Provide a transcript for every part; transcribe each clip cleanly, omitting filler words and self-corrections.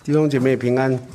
弟兄姐妹平安。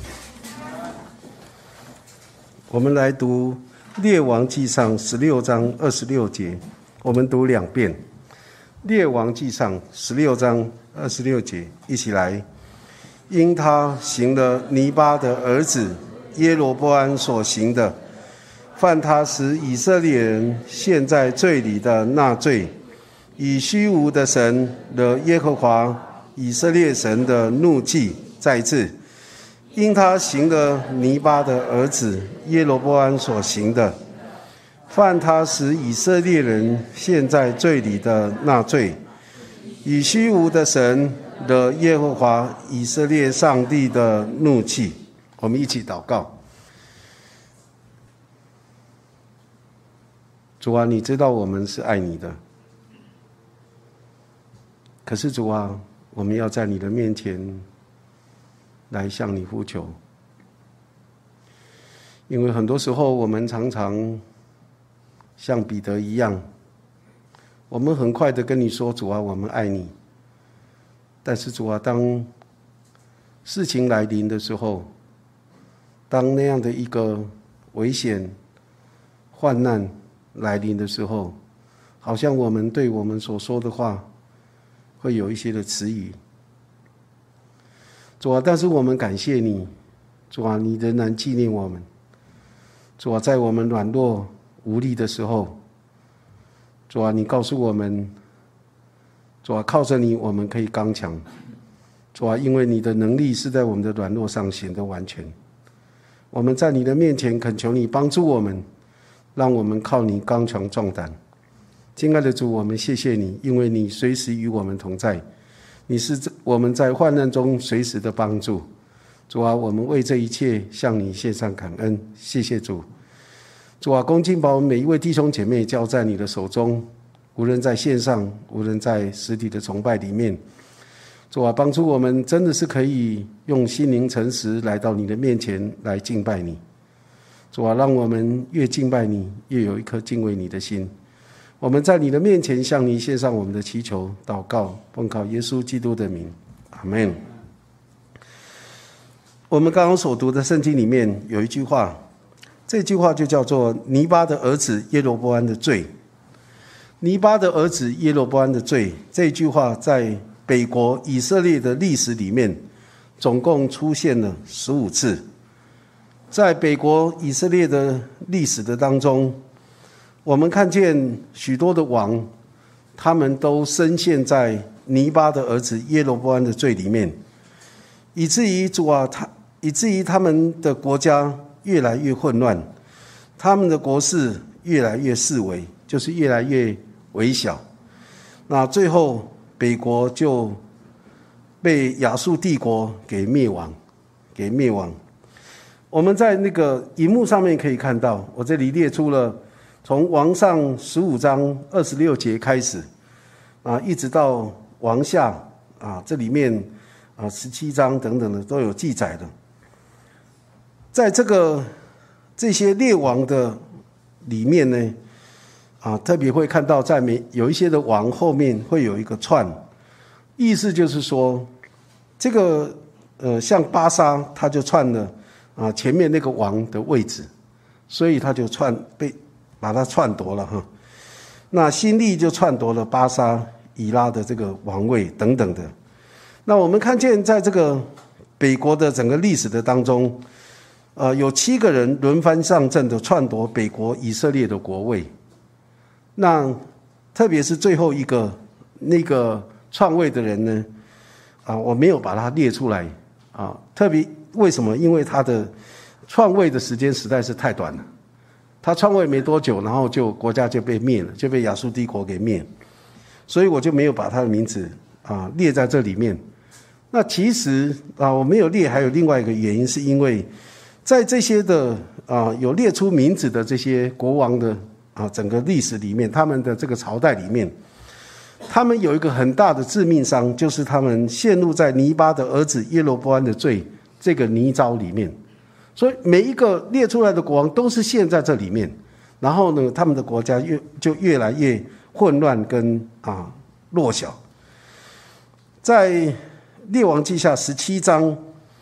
我们来读列王纪上16章26节，我们读2遍。列王纪上16章26节，一起来。因他行了尼巴的儿子耶罗波安所行的，犯他使以色列人陷在罪里的那罪，以虚无的神惹耶和华以色列神的怒气。再一次，因他行了尼巴的儿子耶罗波安所行的，犯他使以色列人陷在罪里的那罪，以虚无的神惹耶和华以色列上帝的怒气。我们一起祷告。主啊，你知道我们是爱你的，可是主啊，我们要在你的面前来向你呼求，因为很多时候我们常常像彼得一样，我们很快的跟你说，主啊，我们爱你。但是主啊，当事情来临的时候，当那样的一个危险患难来临的时候，好像我们对我们所说的话会有一些的迟疑。主啊，但是我们感谢你，主啊，你仍然纪念我们。主啊，在我们软弱无力的时候，主啊，你告诉我们，主啊，靠着你我们可以刚强。主啊，因为你的能力是在我们的软弱上显得完全。我们在你的面前恳求你帮助我们，让我们靠你刚强壮胆。亲爱的主，我们谢谢你，因为你随时与我们同在，你是我们在患难中随时的帮助。主啊，我们为这一切向你献上感恩，谢谢主。主啊，恭敬把我们每一位弟兄姐妹交在你的手中，无论在线上，无论在实体的崇拜里面。主啊，帮助我们真的是可以用心灵诚实来到你的面前来敬拜你。主啊，让我们越敬拜你，越有一颗敬畏你的心。我们在你的面前向你献上我们的祈求祷告，奉靠耶稣基督的名，阿们。我们刚刚所读的圣经里面有一句话，这句话就叫做尼巴的儿子耶罗波安的罪。尼巴的儿子耶罗波安的罪，这句话在北国以色列的历史里面总共出现了15次。在北国以色列的历史的当中，我们看见许多的王，他们都深陷在尼巴的儿子耶罗波安的罪里面，以至于他们的国家越来越混乱，他们的国势越来越式微，就是越来越微小。那最后北国就被亚述帝国给灭亡。我们在那个荧幕上面可以看到，我这里列出了从王上15章26节开始一直到王下这里面17章等等的都有记载的。在这些列王的里面呢，特别会看到在有一些的王后面会有一个串，意思就是说，这个像巴沙他就串了前面那个王的位置，所以他就把他篡夺了哈。那新利就篡夺了巴沙以拉的这个王位等等的。那我们看见在这个北国的整个历史的当中，有7个人轮番上阵的篡夺北国以色列的国位。那特别是最后一个那个篡位的人呢，我没有把他列出来特别为什么？因为他的篡位的时间实在是太短了。他篡位没多久，然后国家就被灭了，就被亚述帝国给灭，所以我就没有把他的名字列在这里面。那其实我没有列，还有另外一个原因，是因为在这些的有列出名字的这些国王的整个历史里面，他们的这个朝代里面，他们有一个很大的致命伤，就是他们陷入在尼巴的儿子耶罗波安的罪这个泥沼里面。所以每一个列出来的国王都是陷在这里面，然后呢，他们的国家就越来越混乱跟弱小。在列王记下17章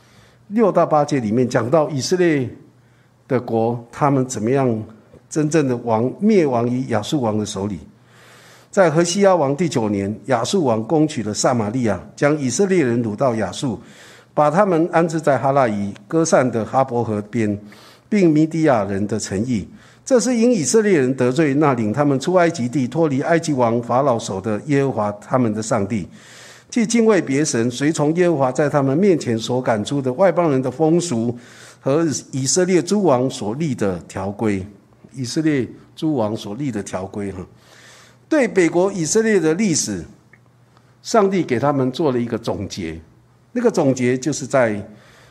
6到8节里面讲到以色列的国，他们怎么样真正的灭亡于亚述王的手里。在何西阿王第9年，亚述王攻取了撒玛利亚，将以色列人掳到亚述，把他们安置在哈拉夷、歌散的哈伯河边，并米底亚人的城邑。这是因以色列人得罪那领他们出埃及地、脱离埃及王法老手的耶和华他们的上帝，既敬畏别神，随从耶和华在他们面前所赶出的外邦人的风俗和以色列诸王所立的条规。以色列诸王所立的条规，对北国以色列的历史，上帝给他们做了一个总结。那个总结就是在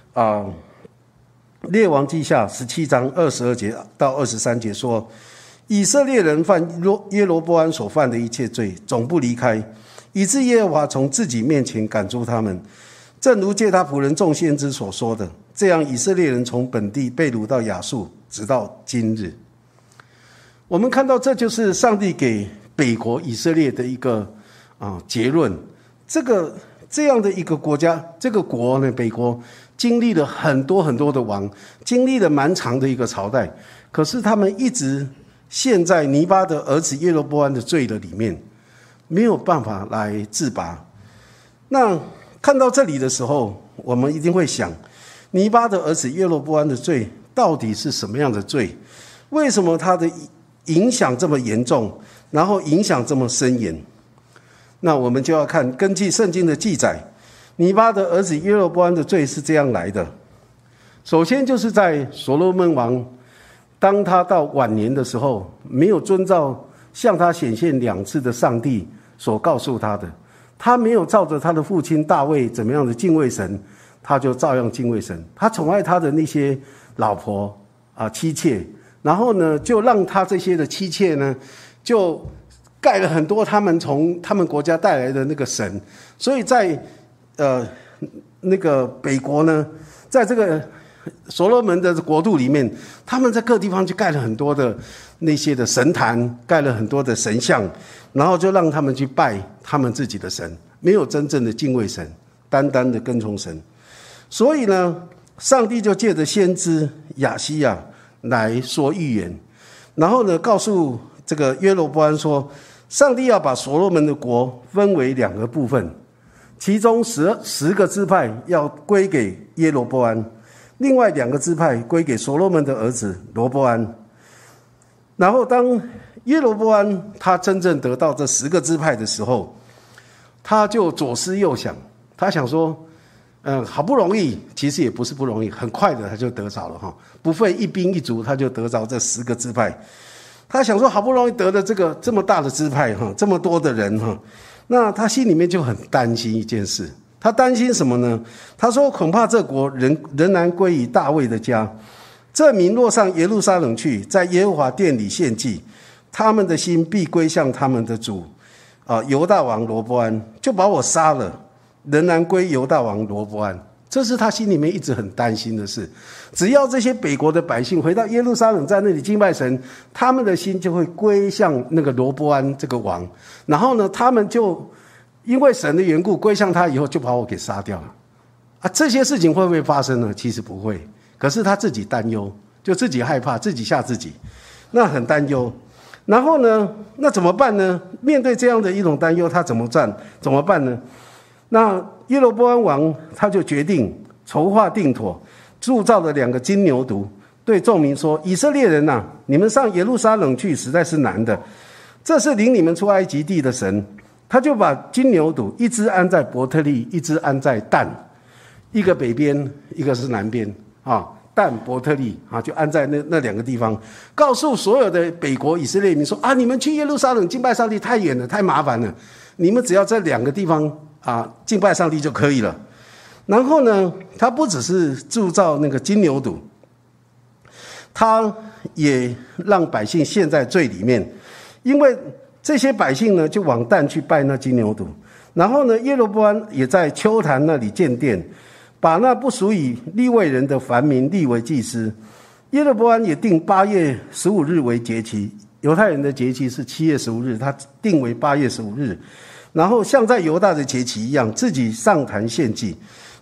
列王记下17章22节到23节说，以色列人犯耶罗波安所犯的一切罪，总不离开，以致耶和华从自己面前赶出他们，正如借他仆人众先知所说的，这样以色列人从本地被掳到亚述，直到今日。我们看到这就是上帝给北国以色列的一个结论。这样的一个国家，这个国呢，北国经历了很多很多的王，经历了蛮长的一个朝代，可是他们一直陷在尼巴的儿子耶罗波安的罪的里面，没有办法来自拔。那看到这里的时候，我们一定会想，尼巴的儿子耶罗波安的罪到底是什么样的罪？为什么他的影响这么严重，然后影响这么深远？那我们就要看，根据圣经的记载，尼巴的儿子耶罗波安的罪是这样来的。首先就是在所罗门王，当他到晚年的时候，没有遵照向他显现2次的上帝所告诉他的，他没有照着他的父亲大卫怎么样的敬畏神，他就照样敬畏神。他宠爱他的那些老婆妻妾，然后呢，就让他这些的妻妾呢，就盖了很多他们从他们国家带来的那个神。所以在那个北国呢，在这个所罗门的国度里面，他们在各地方就盖了很多的那些的神坛，盖了很多的神像，然后就让他们去拜他们自己的神，没有真正的敬畏神，单单的跟从神。所以呢，上帝就借着先知亚西亚来说预言，然后呢，告诉这个耶罗波安说，上帝要把所罗门的国分为2个部分，其中10个支派要归给耶罗波安，另外2个支派归给所罗门的儿子罗波安。然后当耶罗波安他真正得到这10个支派的时候，他就左思右想，他想说好不容易，其实也不是不容易，很快的他就得着了，不费一兵一卒他就得着这10个支派。他想说好不容易得了这么大的支派，这么多的人，那他心里面就很担心一件事。他担心什么呢？他说恐怕这国仍然归于大卫的家，这民若上耶路撒冷去，在耶和华殿里献祭，他们的心必归向他们的主犹大王罗波安，就把我杀了，仍然归犹大王罗波安。这是他心里面一直很担心的事。只要这些北国的百姓回到耶路撒冷，在那里敬拜神，他们的心就会归向那个罗波安这个王，然后呢，他们就因为神的缘故归向他以后，就把我给杀掉了。这些事情会不会发生呢？其实不会，可是他自己担忧，就自己害怕，自己吓自己，那很担忧。然后呢，那怎么办呢？面对这样的一种担忧，他怎么办呢？那耶罗波安王他就决定筹划定妥，铸造了2个金牛犊，对众民说，以色列人你们上耶路撒冷去实在是难的，这是领你们出埃及地的神。他就把金牛犊一只安在伯特利，一只安在但，一个北边，一个是南边但伯特利就安在那2个地方，告诉所有的北国以色列民说你们去耶路撒冷敬拜上帝太远了，太麻烦了，你们只要在2个地方敬拜上帝就可以了。然后呢，他不只是铸造那个金牛犊，他也让百姓陷在罪里面，因为这些百姓呢就往但去拜那金牛犊。然后呢，耶罗波安也在丘坛那里建殿，把那不属于利未人的凡民立为祭司。耶罗波安也定8月15日为节期，犹太人的节期是7月15日，他定为8月15日。然后像在犹大的节期一样，自己上坛献祭，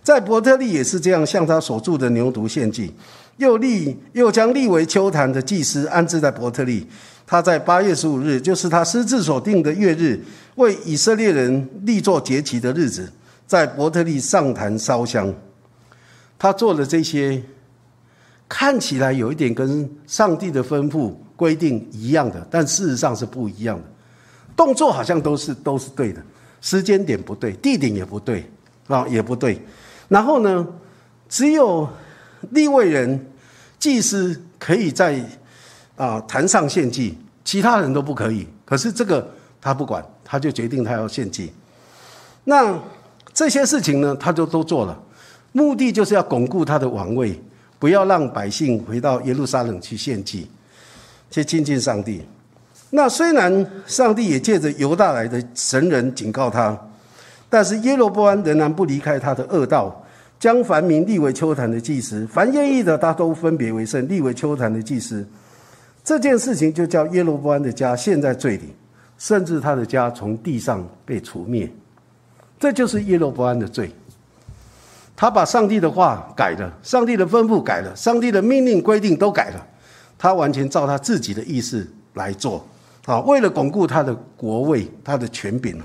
在伯特利也是这样，向他所住的牛犊献祭，又将立为丘坛的祭司安置在伯特利。他在8月15日，就是他私自所定的月日，为以色列人立作节期的日子，在伯特利上坛烧香。他做的这些看起来有一点跟上帝的吩咐规定一样的，但事实上是不一样的。动作好像都是对的，时间点不对，地点也不对也不对。然后呢，只有利未人祭司可以在坛上献祭，其他人都不可以。可是这个他不管，他就决定他要献祭。那这些事情呢，他就都做了，目的就是要巩固他的王位，不要让百姓回到耶路撒冷去献祭，去亲近上帝。那虽然上帝也借着犹大来的神人警告他，但是耶罗波安仍然不离开他的恶道，将凡民立为丘坛的祭司，凡愿意的他都分别为圣，立为丘坛的祭司。这件事情就叫耶罗波安的家陷在罪里，甚至他的家从地上被除灭。这就是耶罗波安的罪。他把上帝的话改了，上帝的吩咐改了，上帝的命令规定都改了，他完全照他自己的意思来做，为了巩固他的国位，他的权柄。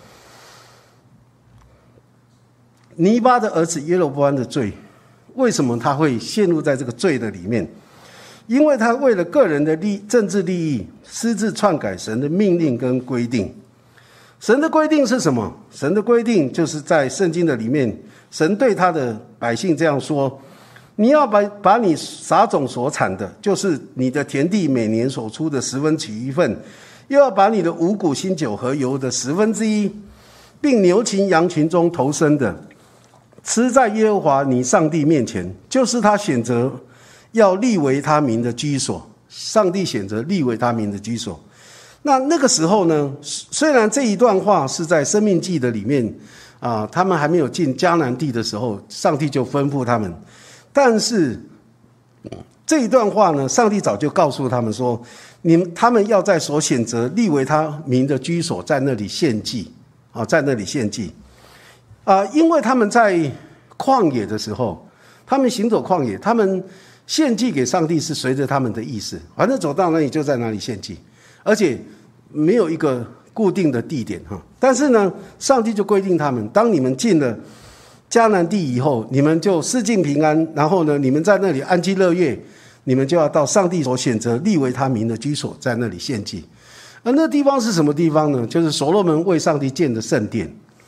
尼巴的儿子耶罗波安的罪，为什么他会陷入在这个罪的里面？因为他为了个人的政治利益，私自篡改神的命令跟规定。神的规定是什么？神的规定就是在圣经的里面，神对他的百姓这样说：你要把你撒种所产的，就是你的田地每年所出的1/10取一份，又要把你的五谷、新酒和油的1/10，并牛群、羊群中头生的，吃在耶和华你上帝面前，就是他选择要立为他名的居所。上帝选择立为他名的居所。那个时候呢，虽然这一段话是在申命记的里面他们还没有进迦南地的时候，上帝就吩咐他们，但是这一段话呢，上帝早就告诉他们说，他们要在所选择立为他名的居所，在那里献祭在那里献祭因为他们在旷野的时候，他们行走旷野，他们献祭给上帝是随着他们的意思，反正走到那里就在哪里献祭，而且没有一个固定的地点但是呢，上帝就规定他们，当你们进了迦南地以后，你们就四境平安，然后呢，你们在那里安居乐业，你们就要到上帝所选择立为他名的居所，在那里献祭。而那地方是什么地方呢？就是所罗门为上帝建的圣殿。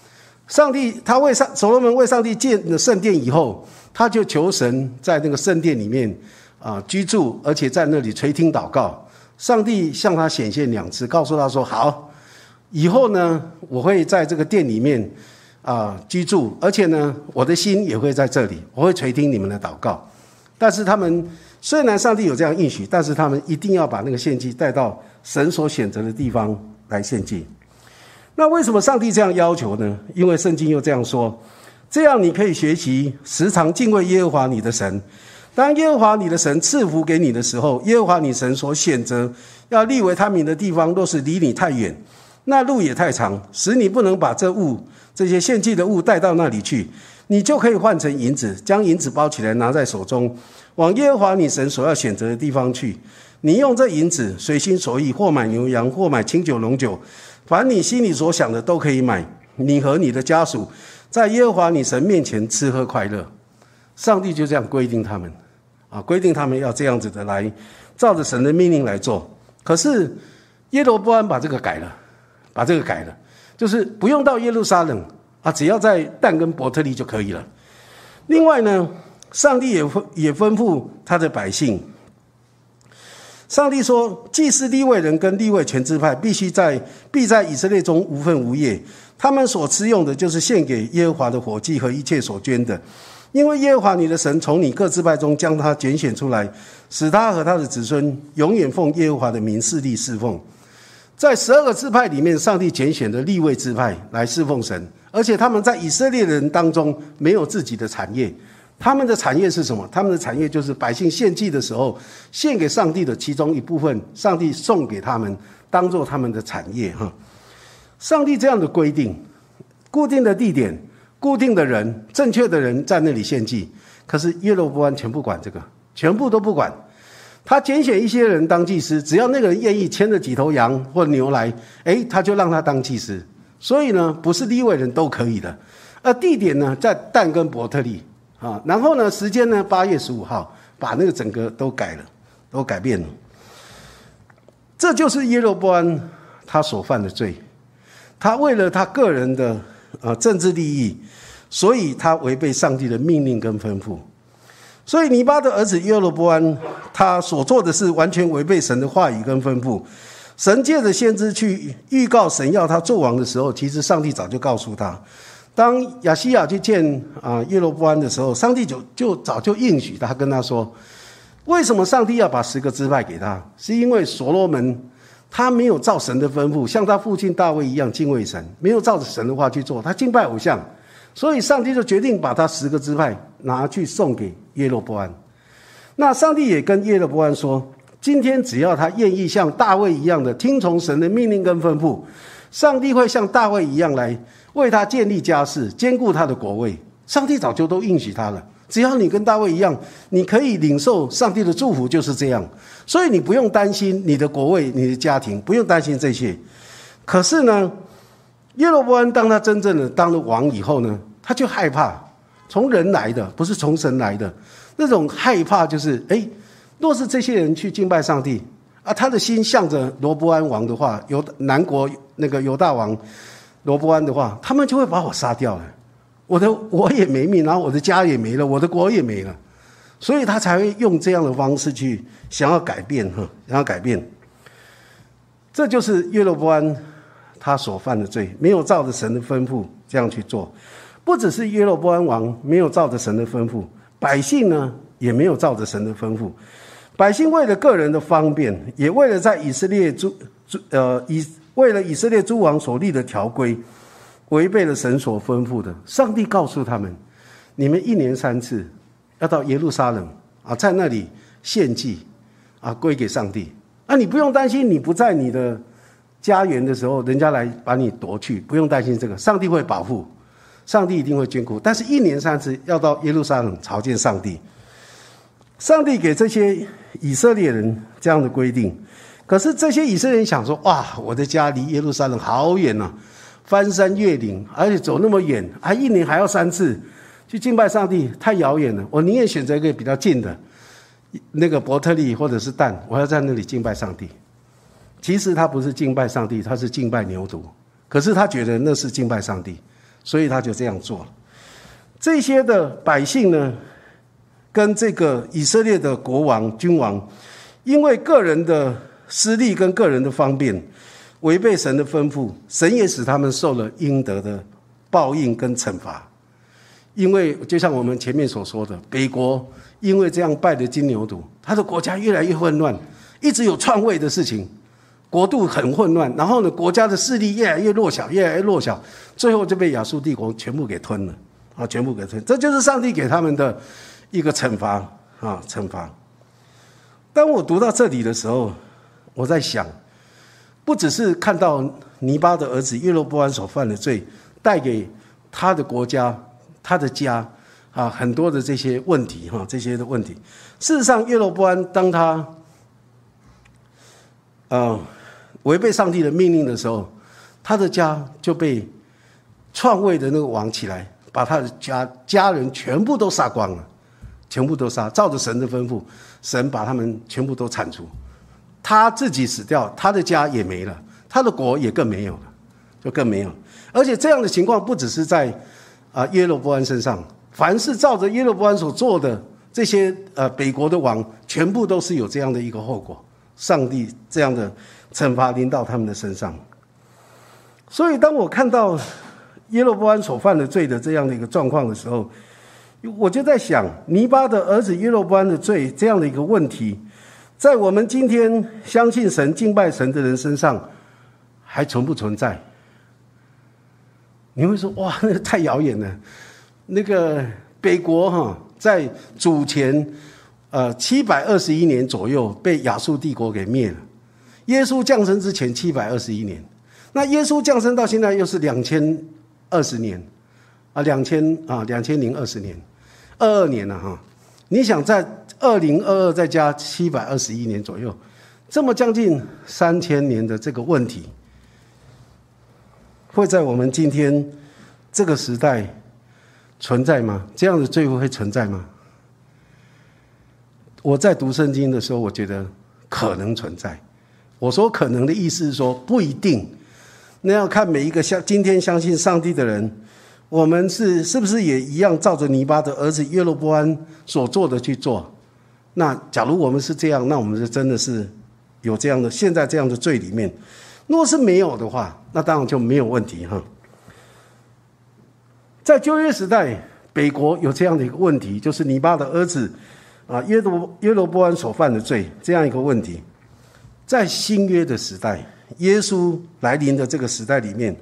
所罗门为上帝建了圣殿以后，他就求神在那个圣殿里面居住，而且在那里垂听祷告。上帝向他显现2次，告诉他说：好，以后呢，我会在这个殿里面居住，而且呢，我的心也会在这里，我会垂听你们的祷告。但是他们虽然上帝有这样应许，但是他们一定要把那个献祭带到神所选择的地方来献祭。那为什么上帝这样要求呢？因为圣经又这样说：这样你可以学习时常敬畏耶和华你的神。当耶和华你的神赐福给你的时候，耶和华你神所选择要立为他名的地方，若是离你太远，那路也太长，使你不能把这些献祭的物带到那里去，你就可以换成银子，将银子包起来拿在手中，往耶和华你神所要选择的地方去。你用这银子随心所欲，或买牛羊，或买清酒浓酒，凡你心里所想的都可以买，你和你的家属在耶和华你神面前吃喝快乐。上帝就这样规定他们规定他们要这样子的来照着神的命令来做。可是耶罗波安把这个改了，就是不用到耶路撒冷只要在但跟伯特利就可以了。另外呢，上帝也吩咐他的百姓，上帝说，祭司利未人跟利未全支派必在以色列中无分无业，他们所吃用的就是献给耶和华的火祭和一切所捐的。因为耶和华你的神从你各支派中将他拣选出来，使他和他的子孙永远奉耶和华的名侍立侍奉。在12个支派里面，上帝拣选的利未支派来侍奉神，而且他们在以色列人当中没有自己的产业。他们的产业是什么？他们的产业就是百姓献祭的时候，献给上帝的其中一部分，上帝送给他们，当作他们的产业上帝这样的规定，固定的地点， 固定的人、正确的人在那里献祭。可是耶罗波安全不管这个，全部都不管。他拣选一些人当祭司，只要那个人愿意牵着几头羊或牛来，他就让他当祭司。所以呢，不是利未人都可以的。地点呢在但跟伯特利啊，然后呢时间呢8月15号，把那个整个都改了，都改变了。这就是耶罗波安他所犯的罪。他为了他个人的政治利益，所以他违背上帝的命令跟吩咐。所以尼巴的儿子耶罗波安他所做的事完全违背神的话语跟吩咐。神借着先知去预告神要他做王的时候，其实上帝早就告诉他。当亚西亚去见耶罗波安的时候，上帝就早就应许他，跟他说，为什么上帝要把10个支派给他，是因为所罗门他没有照神的吩咐，像他父亲大卫一样敬畏神，没有照着神的话去做，他敬拜偶像，所以上帝就决定把他10个支派拿去送给耶罗波安。那上帝也跟耶罗波安说，今天只要他愿意像大卫一样的听从神的命令跟吩咐，上帝会像大卫一样来为他建立家室，兼顾他的国位。上帝早就都应许他了，只要你跟大卫一样，你可以领受上帝的祝福，就是这样。所以你不用担心你的国位、你的家庭，不用担心这些。可是呢，耶罗波安当他真正的当了王以后呢，他就害怕，从人来的，不是从神来的。那种害怕就是，若是这些人去敬拜上帝他的心向着罗波安王的话，南国那个犹大王罗波安的话，他们就会把我杀掉了，我也没命，然后我的家也没了，我的国也没了。所以他才会用这样的方式去想要改变。这就是耶罗波安他所犯的罪，没有照着神的吩咐这样去做。不只是耶罗波安王没有照着神的吩咐，百姓呢也没有照着神的吩咐。百姓为了个人的方便，也为了在以色列为了以色列诸王所立的条规，违背了神所吩咐的。上帝告诉他们，你们1年3次要到耶路撒冷在那里献祭归给上帝。你不用担心你不在你的家园的时候，人家来把你夺去，不用担心这个，上帝会保护，上帝一定会眷顾。但是1年3次要到耶路撒冷朝见上帝。上帝给这些以色列人这样的规定，可是这些以色列人想说，哇，我的家离耶路撒冷好远啊，翻山越岭，而且走那么远，1年还要3次去敬拜上帝，太遥远了，我宁愿选择一个比较近的那个伯特利或者是但，我要在那里敬拜上帝。其实他不是敬拜上帝，他是敬拜牛犊，可是他觉得那是敬拜上帝，所以他就这样做了。这些的百姓呢，跟这个以色列的国王君王，因为个人的私利跟个人的方便，违背神的吩咐，神也使他们受了应得的报应跟惩罚。因为就像我们前面所说的，北国因为这样拜的金牛犊，他的国家越来越混乱，一直有篡位的事情，国度很混乱，然后呢，国家的势力越来越弱小，越来越弱小，最后就被亚述帝国全部给吞了全部给吞。这就是上帝给他们的一个惩罚惩罚。当我读到这里的时候，我在想，不只是看到尼巴的儿子耶罗波安所犯的罪带给他的国家、他的家很多的这些问题这些的问题。事实上，耶罗波安当他违背上帝的命令的时候，他的家就被篡位的那个王起来，把他的家人全部都杀光了，全部都杀，照着神的吩咐，神把他们全部都铲除。他自己死掉，他的家也没了，他的国也更没有了，就更没有。而且这样的情况不只是在耶罗波安身上，凡是照着耶罗波安所做的这些北国的王，全部都是有这样的一个后果，上帝这样的惩罚临到他们的身上。所以当我看到耶罗波安所犯的罪的这样的一个状况的时候，我就在想，尼巴的儿子耶罗波安的罪这样的一个问题，在我们今天相信神、敬拜神的人身上还存不存在？你会说，哇，那个太遥远了。那个北国在主前721年左右被亚述帝国给灭了。耶稣降生之前721年，那耶稣降生到现在又是2020年， 2020年，22年了哈。你想在2022再加721年左右，这么将近3000年的这个问题，会在我们今天这个时代存在吗？这样的罪会存在吗？我在读圣经的时候，我觉得可能存在。我说可能的意思是说不一定，那要看每一个今天相信上帝的人，我们是不是也一样照着尼巴的儿子耶罗波安所做的去做？那假如我们是这样，那我们就真的是有这样的现在这样的罪里面。若是没有的话，那当然就没有问题哈。在旧约时代，北国有这样的一个问题，就是尼巴的儿子耶罗波安所犯的罪，这样一个问题。在新约的时代，耶稣来临的这个时代里面，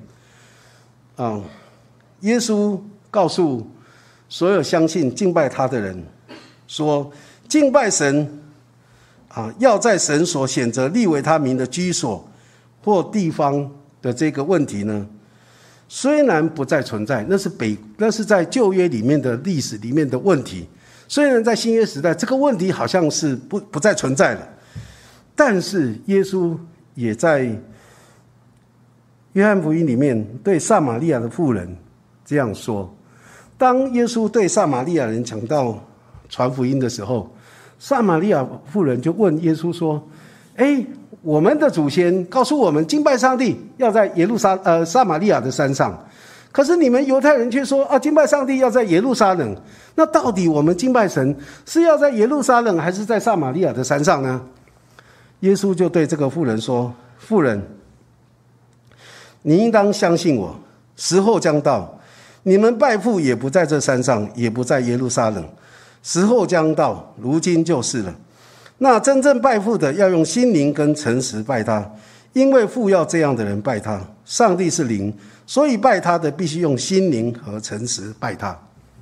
耶稣告诉所有相信敬拜他的人说，敬拜神要在神所选择立为他名的居所或地方的这个问题呢，虽然不再存在，那是在旧约里面的历史里面的问题。虽然在新约时代这个问题好像是不再存在了，但是耶稣也在约翰福音里面对撒玛利亚的妇人这样说。当耶稣对撒玛利亚人讲到传福音的时候，撒玛利亚妇人就问耶稣说，我们的祖先告诉我们敬拜上帝要在撒玛利亚的山上，可是你们犹太人却说敬拜上帝要在耶路撒冷。那到底我们敬拜神是要在耶路撒冷还是在撒玛利亚的山上呢？耶稣就对这个妇人说，妇人，你应当相信我，时候将到，你们拜父也不在这山上，也不在耶路撒冷，时候将到，如今就是了。那真正拜父的要用心灵跟诚实拜他，因为父要这样的人拜他。上帝是灵，所以拜他的必须用心灵和诚实拜他。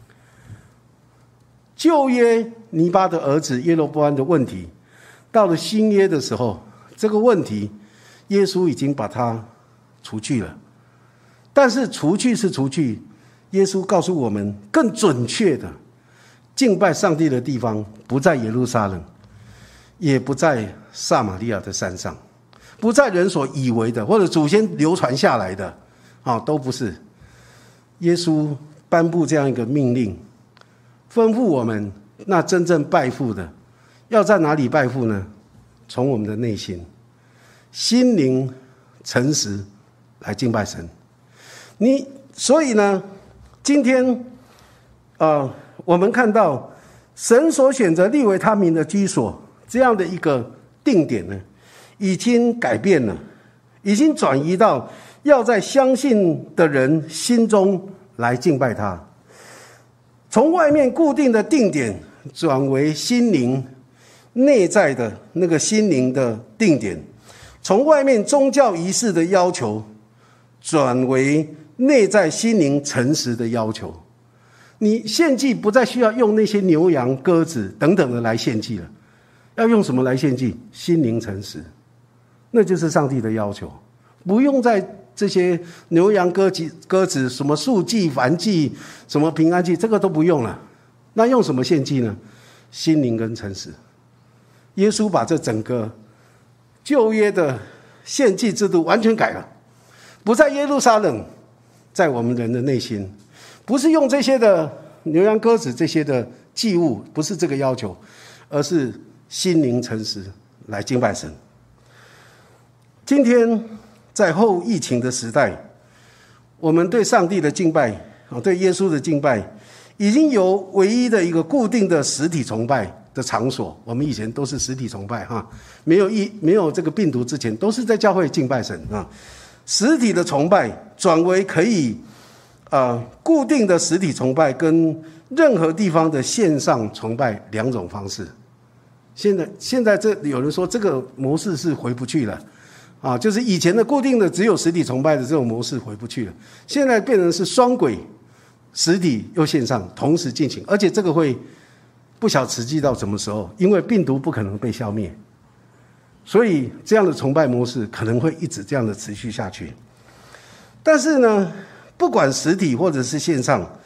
旧约尼巴的儿子耶罗波安的问题，到了新约的时候，这个问题耶稣已经把它除去了。但是除去是除去，耶稣告诉我们更准确的，敬拜上帝的地方不在耶路撒冷，也不在撒玛利亚的山上，不在人所以为的或者祖先流传下来的都不是。耶稣颁布这样一个命令，吩咐我们，那真正拜父的要在哪里拜父呢？从我们的内心，心灵诚实来敬拜神。所以呢，今天我们看到神所选择立为他名的居所这样的一个定点呢，已经改变了，已经转移到要在相信的人心中来敬拜他。从外面固定的定点转为心灵内在的那个心灵的定点，从外面宗教仪式的要求转为内在心灵诚实的要求。你献祭不再需要用那些牛羊鸽子等等的来献祭了，要用什么来献祭？心灵诚实，那就是上帝的要求。不用在这些牛羊鸽子什么素祭燔祭什么平安祭，这个都不用了。那用什么献祭呢？心灵跟诚实。耶稣把这整个旧约的献祭制度完全改了，不在耶路撒冷，在我们人的内心。不是用这些的牛羊鸽子这些的祭物，不是这个要求，而是心灵诚实来敬拜神。今天在后疫情的时代，我们对上帝的敬拜，对耶稣的敬拜，已经由唯一的一个固定的实体崇拜的场所，我们以前都是实体崇拜没有这个病毒之前，都是在教会敬拜神实体的崇拜转为可以固定的实体崇拜跟任何地方的线上崇拜两种方式。现在有人说这个模式是回不去了就是以前的固定的只有实体崇拜的这种模式回不去了，现在变成是双轨，实体又线上同时进行，而且这个会不晓持续到什么时候，因为病毒不可能被消灭，所以这样的崇拜模式可能会一直这样的持续下去。但是呢，不管实体或者是线上，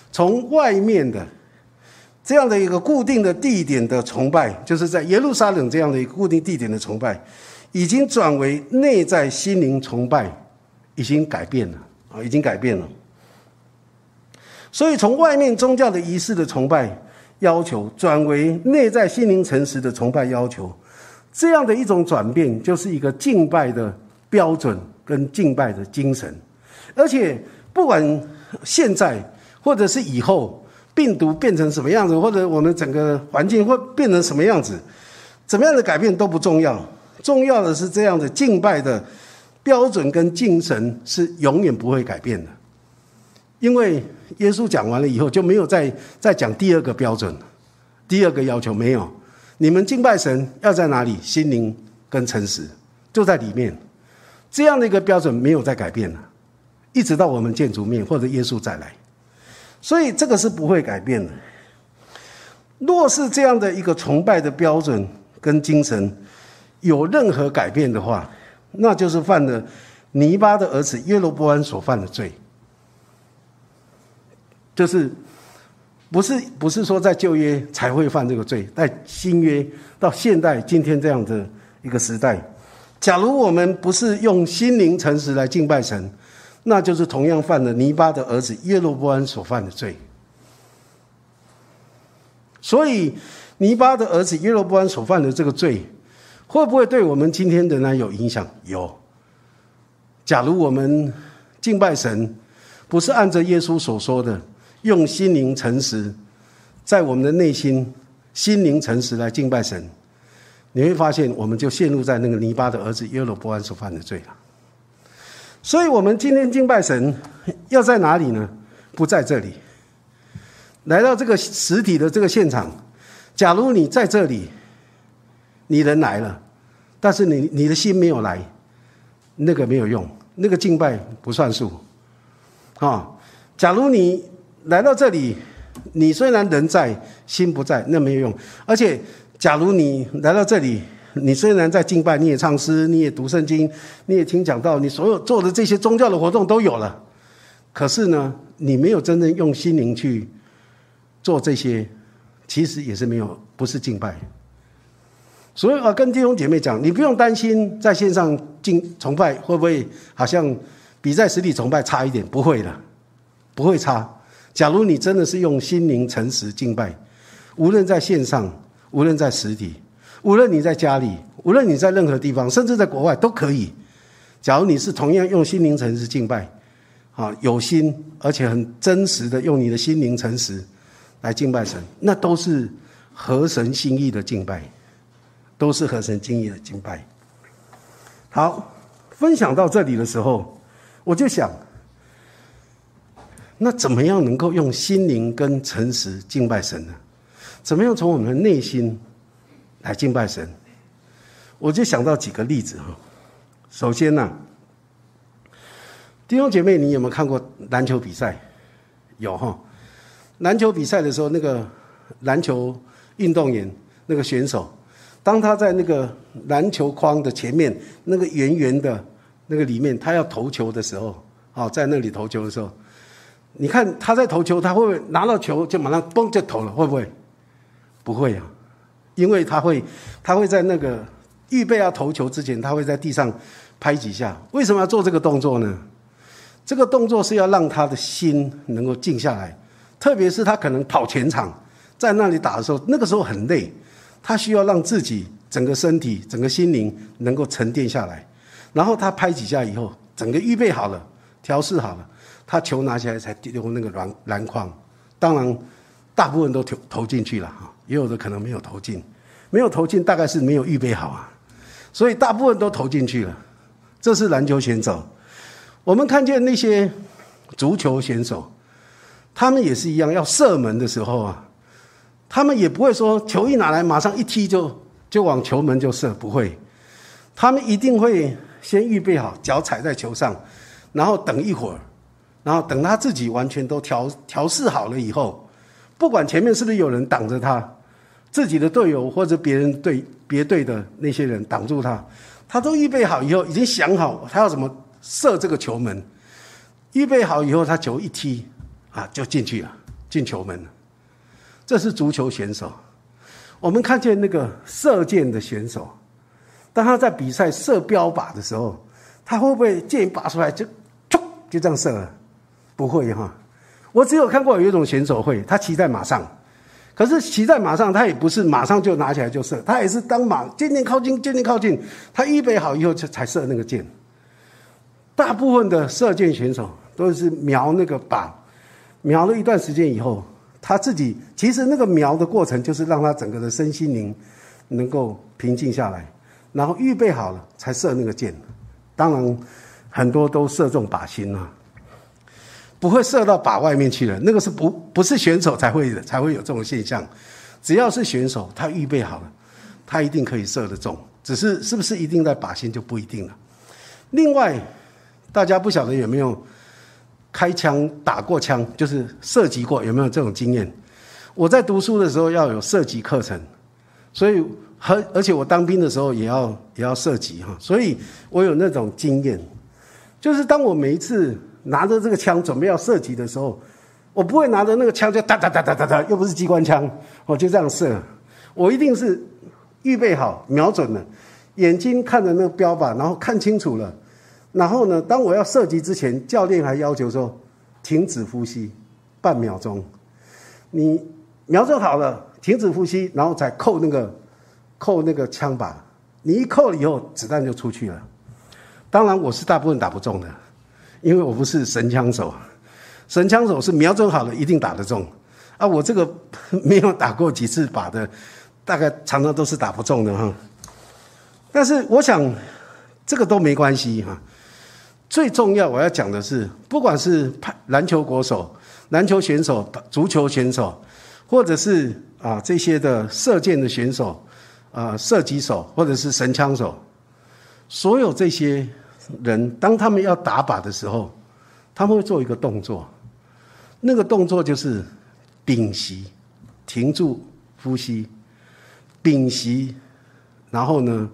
从外面的这样的一个固定的地点的崇拜，就是在耶路撒冷这样的一个固定地点的崇拜，已经转为内在心灵崇拜，已经改变了啊，已经改变了。所以从外面宗教的仪式的崇拜要求，转为内在心灵诚实的崇拜要求，这样的一种转变，就是一个敬拜的标准跟敬拜的精神。而且不管现在或者是以后，病毒变成什么样子，或者我们整个环境会变成什么样子，怎么样的改变都不重要，重要的是这样的敬拜的标准跟精神是永远不会改变的。因为耶稣讲完了以后，就没有再讲第二个标准，第二个要求没有。你们敬拜神要在哪里？心灵跟诚实就在里面，这样的一个标准没有再改变了，一直到我们见主面或者耶稣再来。所以这个是不会改变的。若是这样的一个崇拜的标准跟精神有任何改变的话，那就是犯了尼巴的儿子耶罗波安所犯的罪。就是不是说在旧约才会犯这个罪，在新约到现代今天这样的一个时代，假如我们不是用心灵诚实来敬拜神，那就是同样犯了尼巴的儿子耶罗波安所犯的罪。所以尼巴的儿子耶罗波安所犯的这个罪，会不会对我们今天仍然有影响？有。假如我们敬拜神不是按照耶稣所说的用心灵诚实，在我们的内心心灵诚实来敬拜神，你会发现我们就陷入在那个尼巴的儿子耶罗波安所犯的罪了。所以我们今天敬拜神要在哪里呢？不在这里。来到这个实体的这个现场，假如你在这里，你人来了，但是你的心没有来，那个没有用，那个敬拜不算数啊。假如你来到这里，你虽然人在，心不在，那没有用。而且假如你来到这里，你虽然在敬拜，你也唱诗，你也读圣经，你也听讲道，你所有做的这些宗教的活动都有了，可是呢，你没有真正用心灵去做这些，其实也是没有，不是敬拜。所以跟弟兄姐妹讲，你不用担心在线上崇拜会不会好像比在实体崇拜差一点，不会的，不会差。假如你真的是用心灵诚实敬拜，无论在线上，无论在实体，无论你在家里，无论你在任何地方，甚至在国外都可以。假如你是同样用心灵诚实敬拜，有心而且很真实的用你的心灵诚实来敬拜神，那都是合神心意的敬拜，都是合神心意的敬拜。好，分享到这里的时候，我就想，那怎么样能够用心灵跟诚实敬拜神呢？怎么样从我们的内心来敬拜神？我就想到几个例子哈。首先呢，弟兄姐妹，你有没有看过篮球比赛？有哈。篮球比赛的时候，那个篮球运动员那个选手，当他在那个篮球框的前面那个圆圆的那个里面，他要投球的时候，在那里投球的时候，你看他在投球，他会不会拿到球就马上嘣就投了？会不会？不会啊，因为他会在那个预备要投球之前，他会在地上拍几下。为什么要做这个动作呢？这个动作是要让他的心能够静下来，特别是他可能跑全场，在那里打的时候，那个时候很累，他需要让自己整个身体、整个心灵能够沉淀下来。然后他拍几下以后，整个预备好了，调试好了，他球拿起来才丢那个篮筐。当然，大部分都投进去了，也有的可能没有投进，没有投进大概是没有预备好啊，所以大部分都投进去了。这是篮球选手。我们看见那些足球选手，他们也是一样，要射门的时候啊，他们也不会说球一拿来马上一踢就往球门就射，不会，他们一定会先预备好，脚踩在球上，然后等一会儿，然后等他自己完全都调试好了以后，不管前面是不是有人挡着他，自己的队友或者别队的那些人挡住他，他都预备好以后，已经想好他要怎么射这个球门，预备好以后，他球一踢就进去了， 进球门了。这是足球选手。我们看见那个射箭的选手，当他在比赛射标靶的时候，他会不会箭拔出来就这样射了？不会哈。我只有看过有一种选手会，他骑在马上，可是骑在马上他也不是马上就拿起来就射，他也是当马渐渐靠近，他预备好以后才射那个箭。大部分的射箭选手都是瞄那个靶，瞄了一段时间以后，他自己其实那个瞄的过程就是让他整个的身心灵能够平静下来，然后预备好了才射那个箭。当然很多都射中靶心啊，不会射到靶外面去了，那个是不是选手才会有这种现象。只要是选手他预备好了，他一定可以射得中，只是是不是一定在靶心就不一定了。另外大家不晓得有没有开枪打过枪，就是射击过，有没有这种经验？我在读书的时候要有射击课程，所以而且我当兵的时候也要射击哈，所以我有那种经验，就是当我每一次拿着这个枪准备要射击的时候，我不会拿着那个枪就哒哒哒哒哒哒，又不是机关枪，我就这样射，我一定是预备好瞄准了，眼睛看着那个标靶，然后看清楚了。然后呢，当我要射击之前，教练还要求说停止呼吸半秒钟，你瞄准好了停止呼吸，然后再扣那个枪靶，你一扣了以后子弹就出去了。当然我是大部分打不中的，因为我不是神枪手，神枪手是瞄准好了一定打得中啊，我这个没有打过几次靶的，大概常常都是打不中的哈。但是我想这个都没关系哈。最重要我要讲的是，不管是篮球国手、篮球选手、足球选手，或者是这些的射箭的选手、射击手或者是神枪手，所有这些人当他们要打靶的时候，他们会做一个动作，那个动作就是屏息，停住呼吸，屏息，然后呢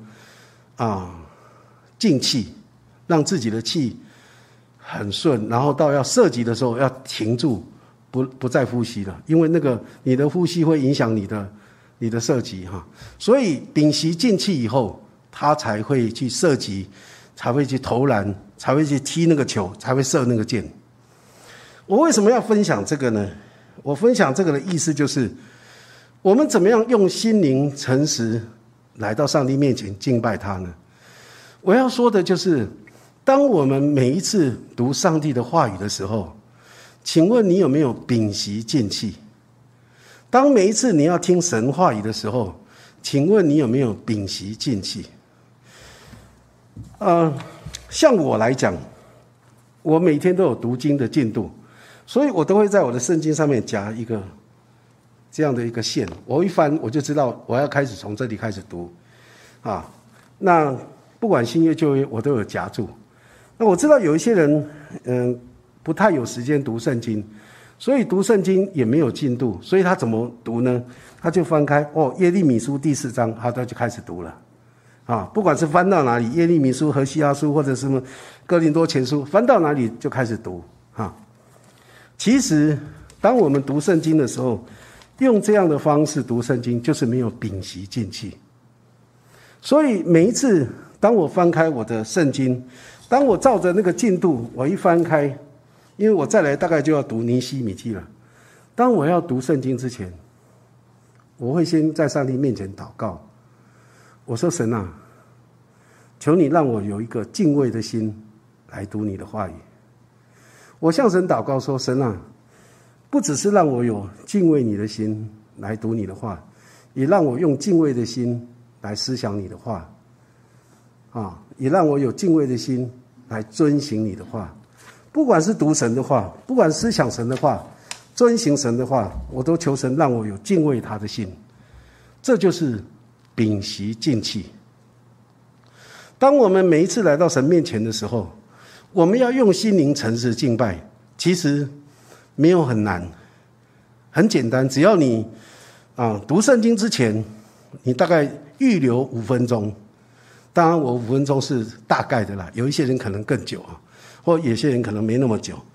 静气，让自己的气很顺，然后到要射击的时候要停住，不再呼吸了，因为那个你的呼吸会影响你的射击哈。所以屏息静气以后，他才会去射击，才会去投篮，才会去踢那个球，才会射那个箭。我为什么要分享这个呢？我分享这个的意思就是，我们怎么样用心灵诚实来到上帝面前敬拜他呢？我要说的就是，当我们每一次读上帝的话语的时候，请问你有没有屏息静气？当每一次你要听神话语的时候，请问你有没有屏息静气？像我来讲，我每天都有读经的进度，所以我都会在我的圣经上面夹一个这样的一个线，我一翻我就知道我要开始从这里开始读那不管新约旧约我都有夹住。那我知道有一些人不太有时间读圣经，所以读圣经也没有进度，所以他怎么读呢？他就翻开耶利米书第4章，他就开始读了不管是翻到哪里，耶利米书、何西阿书或者什么哥林多前书，翻到哪里就开始读其实当我们读圣经的时候，用这样的方式读圣经，就是没有屏息静气。所以每一次当我翻开我的圣经，当我照着那个进度我一翻开，因为我再来大概就要读尼希米记了，当我要读圣经之前，我会先在上帝面前祷告，我说神啊，求你让我有一个敬畏的心来读你的话语。我向神祷告说，神啊，不只是让我有敬畏你的心来读你的话，也让我用敬畏的心来思想你的话也让我有敬畏的心来遵行你的话。不管是读神的话，不管思想神的话，遵行神的话，我都求神让我有敬畏他的心。这就是屏息静气。当我们每一次来到神面前的时候，我们要用心灵诚实敬拜，其实没有很难，很简单，只要你读圣经之前，你大概预留5分钟。当然我5分钟是大概的啦，有一些人可能更久或有些人可能没那么久。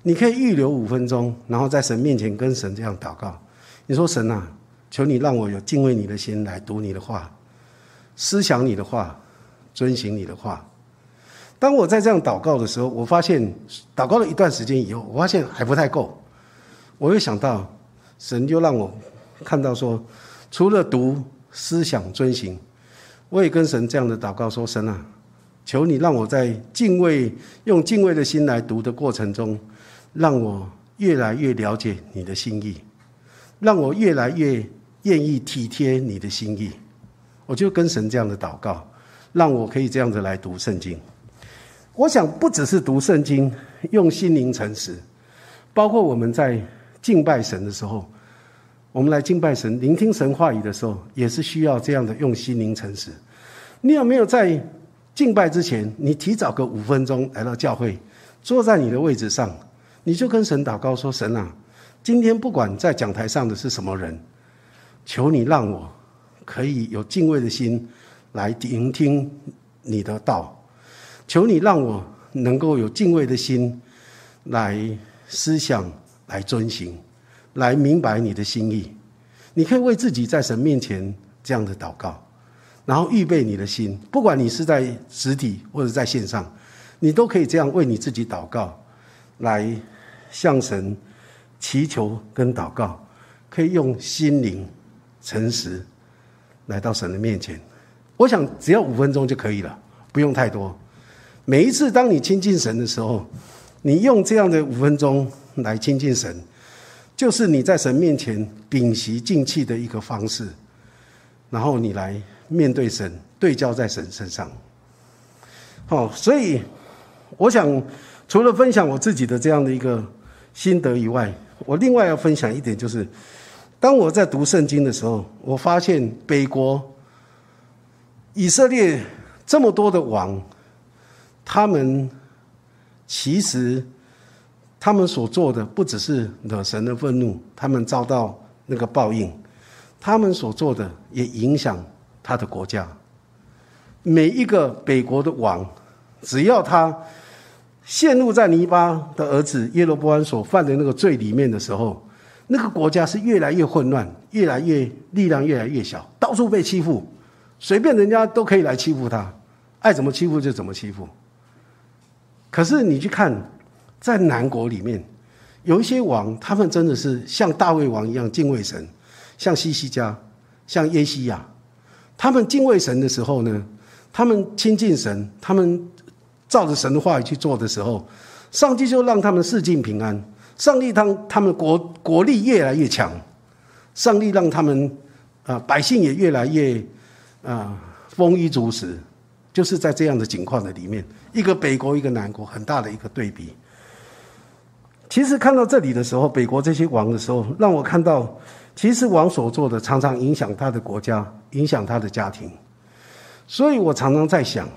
你可以预留5分钟，然后在神面前跟神这样祷告。你说神啊，求你让我有敬畏你的心来读你的话，思想你的话，遵行你的话。当我在这样祷告的时候，我发现祷告了一段时间以后，我发现还不太够。我又想到神就让我看到说，除了读、思想、遵行，我也跟神这样的祷告说，神啊，求你让我在用敬畏的心来读的过程中，让我越来越了解你的心意，让我越来越愿意体贴你的心意。我就跟神这样的祷告，让我可以这样子来读圣经。我想不只是读圣经用心灵诚实，包括我们在敬拜神的时候，我们来敬拜神聆听神话语的时候，也是需要这样的用心灵诚实。你有没有在敬拜之前，你提早个5分钟来到教会，坐在你的位置上，你就跟神祷告说，神啊，今天不管在讲台上的是什么人，求你让我可以有敬畏的心来聆听你的道，求你让我能够有敬畏的心来思想，来遵行，来明白你的心意。你可以为自己在神面前这样的祷告，然后预备你的心，不管你是在实体或者在线上，你都可以这样为你自己祷告，来向神祈求跟祷告，可以用心灵诚实来到神的面前。我想只要5分钟就可以了，不用太多。每一次当你亲近神的时候，你用这样的5分钟来亲近神，就是你在神面前屏息静气的一个方式，然后你来面对神，对焦在神身上。所以我想除了分享我自己的这样的一个心得以外，我另外要分享一点，就是当我在读圣经的时候，我发现北国以色列这么多的王，他们其实他们所做的不只是惹神的愤怒，他们遭到那个报应，他们所做的也影响他的国家。每一个北国的王，只要他陷入在尼巴的儿子耶罗波安所犯的那个罪里面的时候，那个国家是越来越混乱，越来越力量越来越小，到处被欺负，随便人家都可以来欺负他，爱怎么欺负就怎么欺负。可是你去看在南国里面有一些王，他们真的是像大卫王一样敬畏神，像西西家，像耶西亚，他们敬畏神的时候呢，他们亲近神，他们照着神的话语去做的时候，上帝就让他们四境平安，上帝让他们国力越来越强，上帝让他们百姓也越来越丰衣足食。就是在这样的情况的里面，一个北国一个南国，很大的一个对比。其实看到这里的时候，北国这些王的时候，让我看到其实王所做的常常影响他的国家，影响他的家庭。所以我常常在想，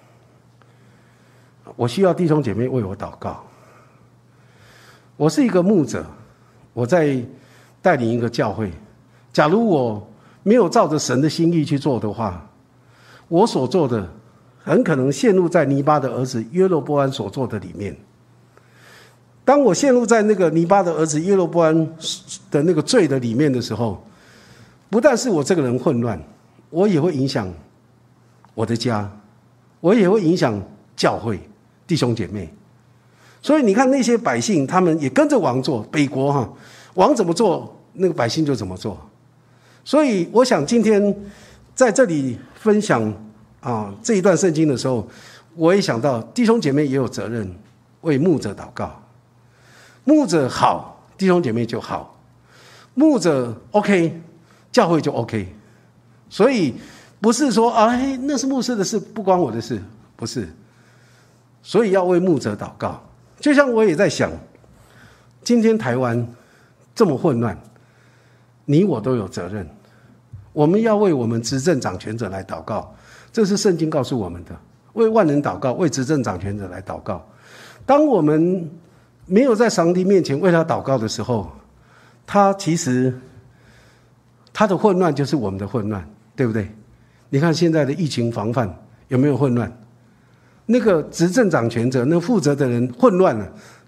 我需要弟兄姐妹为我祷告。我是一个牧者，我在带领一个教会，假如我没有照着神的心意去做的话，我所做的很可能陷入在尼巴的儿子约罗波安所做的里面。当我陷入在那个尼巴的儿子约罗波安的那个罪的里面的时候，不但是我这个人混乱，我也会影响我的家，我也会影响教会弟兄姐妹。所以你看那些百姓，他们也跟着王做，北国王怎么做，那个百姓就怎么做。所以我想今天在这里分享这一段圣经的时候，我也想到弟兄姐妹也有责任为牧者祷告。牧者好，弟兄姐妹就好；牧者 OK， 教会就 OK。所以不是说那是牧师的事，不关我的事，不是。所以要为牧者祷告。就像我也在想，今天台湾这么混乱，你我都有责任。我们要为我们执政掌权者来祷告，这是圣经告诉我们的，为万人祷告，为执政掌权者来祷告。当我们没有在上帝面前为他祷告的时候，他其实他的混乱就是我们的混乱，对不对？你看现在的疫情防范有没有混乱？那个执政掌权者，那负责的人混乱了，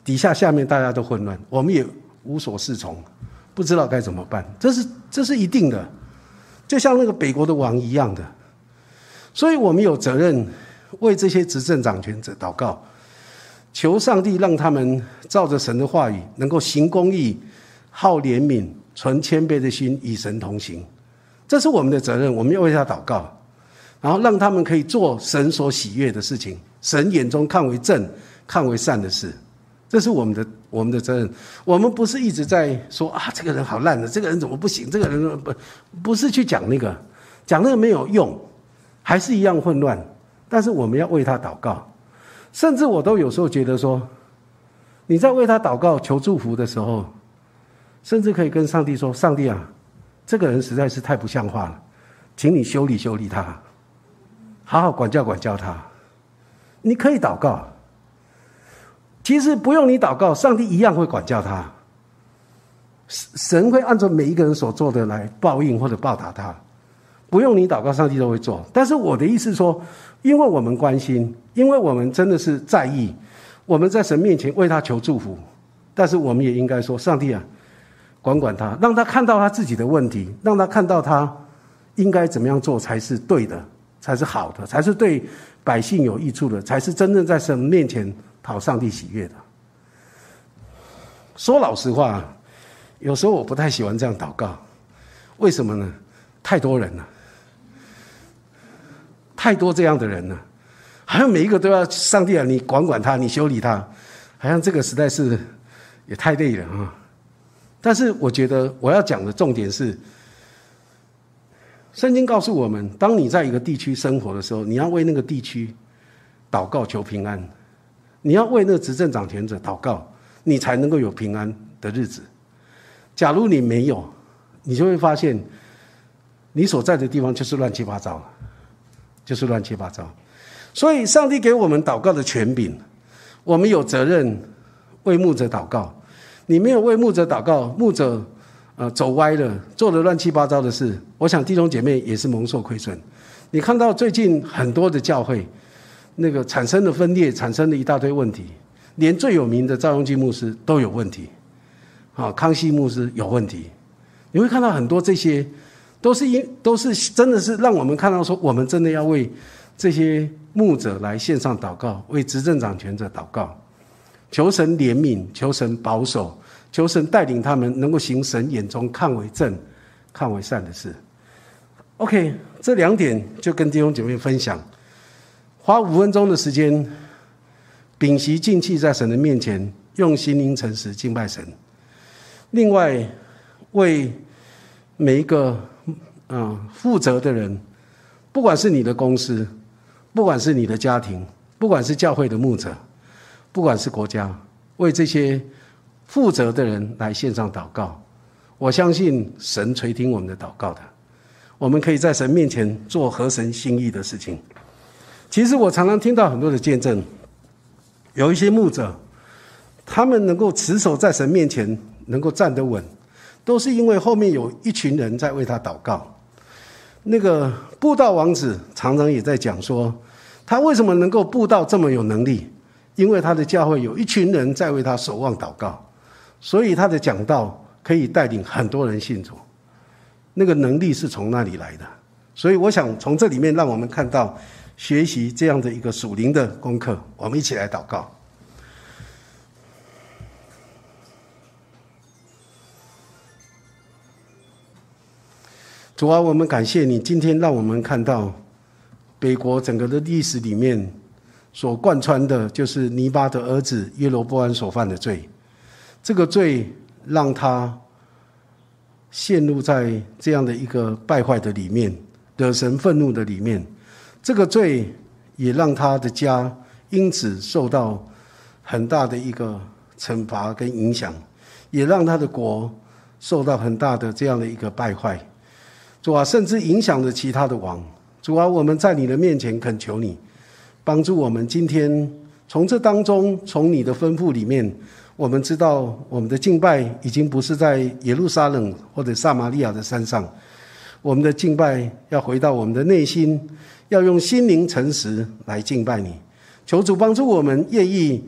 底下面大家都混乱，我们也无所适从，不知道该怎么办，这是一定的，就像那个北国的王一样的。所以我们有责任为这些执政掌权者祷告，求上帝让他们照着神的话语能够行公义、好怜悯、存谦卑的心，与神同行。这是我们的责任，我们要为他祷告，然后让他们可以做神所喜悦的事情，神眼中看为正、看为善的事。这是我们的责任。我们不是一直在说啊，这个人好烂的，这个人怎么不行，这个人不是去讲那个没有用，还是一样混乱。但是我们要为他祷告，甚至我都有时候觉得说，你在为他祷告求祝福的时候，甚至可以跟上帝说，上帝啊，这个人实在是太不像话了，请你修理修理他，好好管教管教他。你可以祷告，其实不用你祷告，上帝一样会管教他，神会按照每一个人所做的来报应或者报答他，不用你祷告，上帝都会做。但是我的意思说，因为我们关心，因为我们真的是在意，我们在神面前为他求祝福，但是我们也应该说，上帝啊，管管他，让他看到他自己的问题，让他看到他应该怎么样做才是对的，才是好的，才是对百姓有益处的，才是真正在神面前讨上帝喜悦的。说老实话，有时候我不太喜欢这样祷告，为什么呢？太多人了，太多这样的人了，好像每一个都要上帝啊，你管管他，你修理他，好像这个实在是也太累了啊。但是我觉得我要讲的重点是，圣经告诉我们，当你在一个地区生活的时候，你要为那个地区祷告求平安，你要为那个执政掌权者祷告，你才能够有平安的日子。假如你没有，你就会发现你所在的地方就是乱七八糟，就是乱七八糟。所以上帝给我们祷告的权柄，我们有责任为牧者祷告。你没有为牧者祷告，牧者走歪了，做了乱七八糟的事，我想弟兄姐妹也是蒙受亏损。你看到最近很多的教会那个产生的分裂，产生了一大堆问题，连最有名的赵永基牧师都有问题，康熙牧师有问题。你会看到很多这些都是真的是让我们看到说，我们真的要为这些牧者来线上祷告，为执政掌权者祷告，求神怜悯，求神保守，求神带领他们能够行神眼中看为正、看为善的事。OK， 这2点就跟弟兄姐妹分享，花5分钟的时间，屏息静气在神的面前，用心灵诚实敬拜神。另外，为每一个负责的人，不管是你的公司，不管是你的家庭，不管是教会的牧者，不管是国家，为这些负责的人来线上祷告。我相信神垂听我们的祷告的，我们可以在神面前做合神心意的事情。其实我常常听到很多的见证，有一些牧者，他们能够持守在神面前，能够站得稳，都是因为后面有一群人在为他祷告。那个布道王子常常也在讲说，他为什么能够布道这么有能力，因为他的教会有一群人在为他守望祷告，所以他的讲道可以带领很多人信主，那个能力是从那里来的。所以我想从这里面让我们看到学习这样的一个属灵的功课。我们一起来祷告。主啊，我们感谢你，今天让我们看到北国整个的历史里面所贯穿的就是尼巴的儿子耶罗波安所犯的罪。这个罪让他陷入在这样的一个败坏的里面，惹神愤怒的里面。这个罪也让他的家因此受到很大的一个惩罚跟影响，也让他的国受到很大的这样的一个败坏。主啊，甚至影响了其他的王。主啊，我们在你的面前恳求你帮助我们，今天从这当中，从你的吩咐里面，我们知道我们的敬拜已经不是在耶路撒冷或者撒玛利亚的山上，我们的敬拜要回到我们的内心，要用心灵诚实来敬拜你。求主帮助我们愿意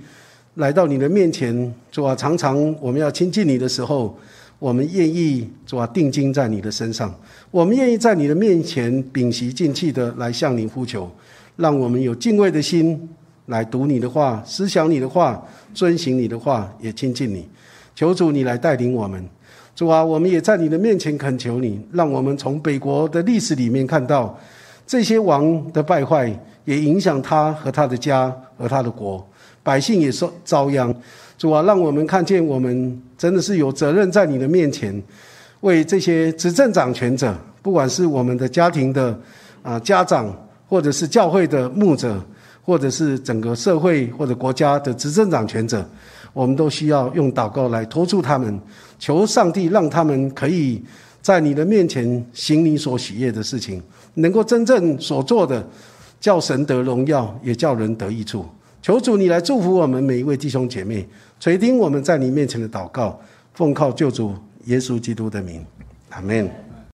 来到你的面前，主啊，常常我们要亲近你的时候，我们愿意主啊定睛在你的身上，我们愿意在你的面前屏息静气的来向你呼求，让我们有敬畏的心来读你的话，思想你的话，遵行你的话，也亲近你。求主你来带领我们。主啊，我们也在你的面前恳求你，让我们从北国的历史里面看到这些王的败坏也影响他和他的家和他的国，百姓也遭殃。主啊，让我们看见我们真的是有责任在你的面前，为这些执政掌权者，不管是我们的家庭的家长，或者是教会的牧者，或者是整个社会或者国家的执政掌权者，我们都需要用祷告来托住他们，求上帝让他们可以在你的面前行你所喜悦的事情，能够真正所做的叫神得荣耀，也叫人得益处。求主你来祝福我们每一位弟兄姐妹，垂听我们在你面前的祷告，奉靠救主耶稣基督的名，阿们。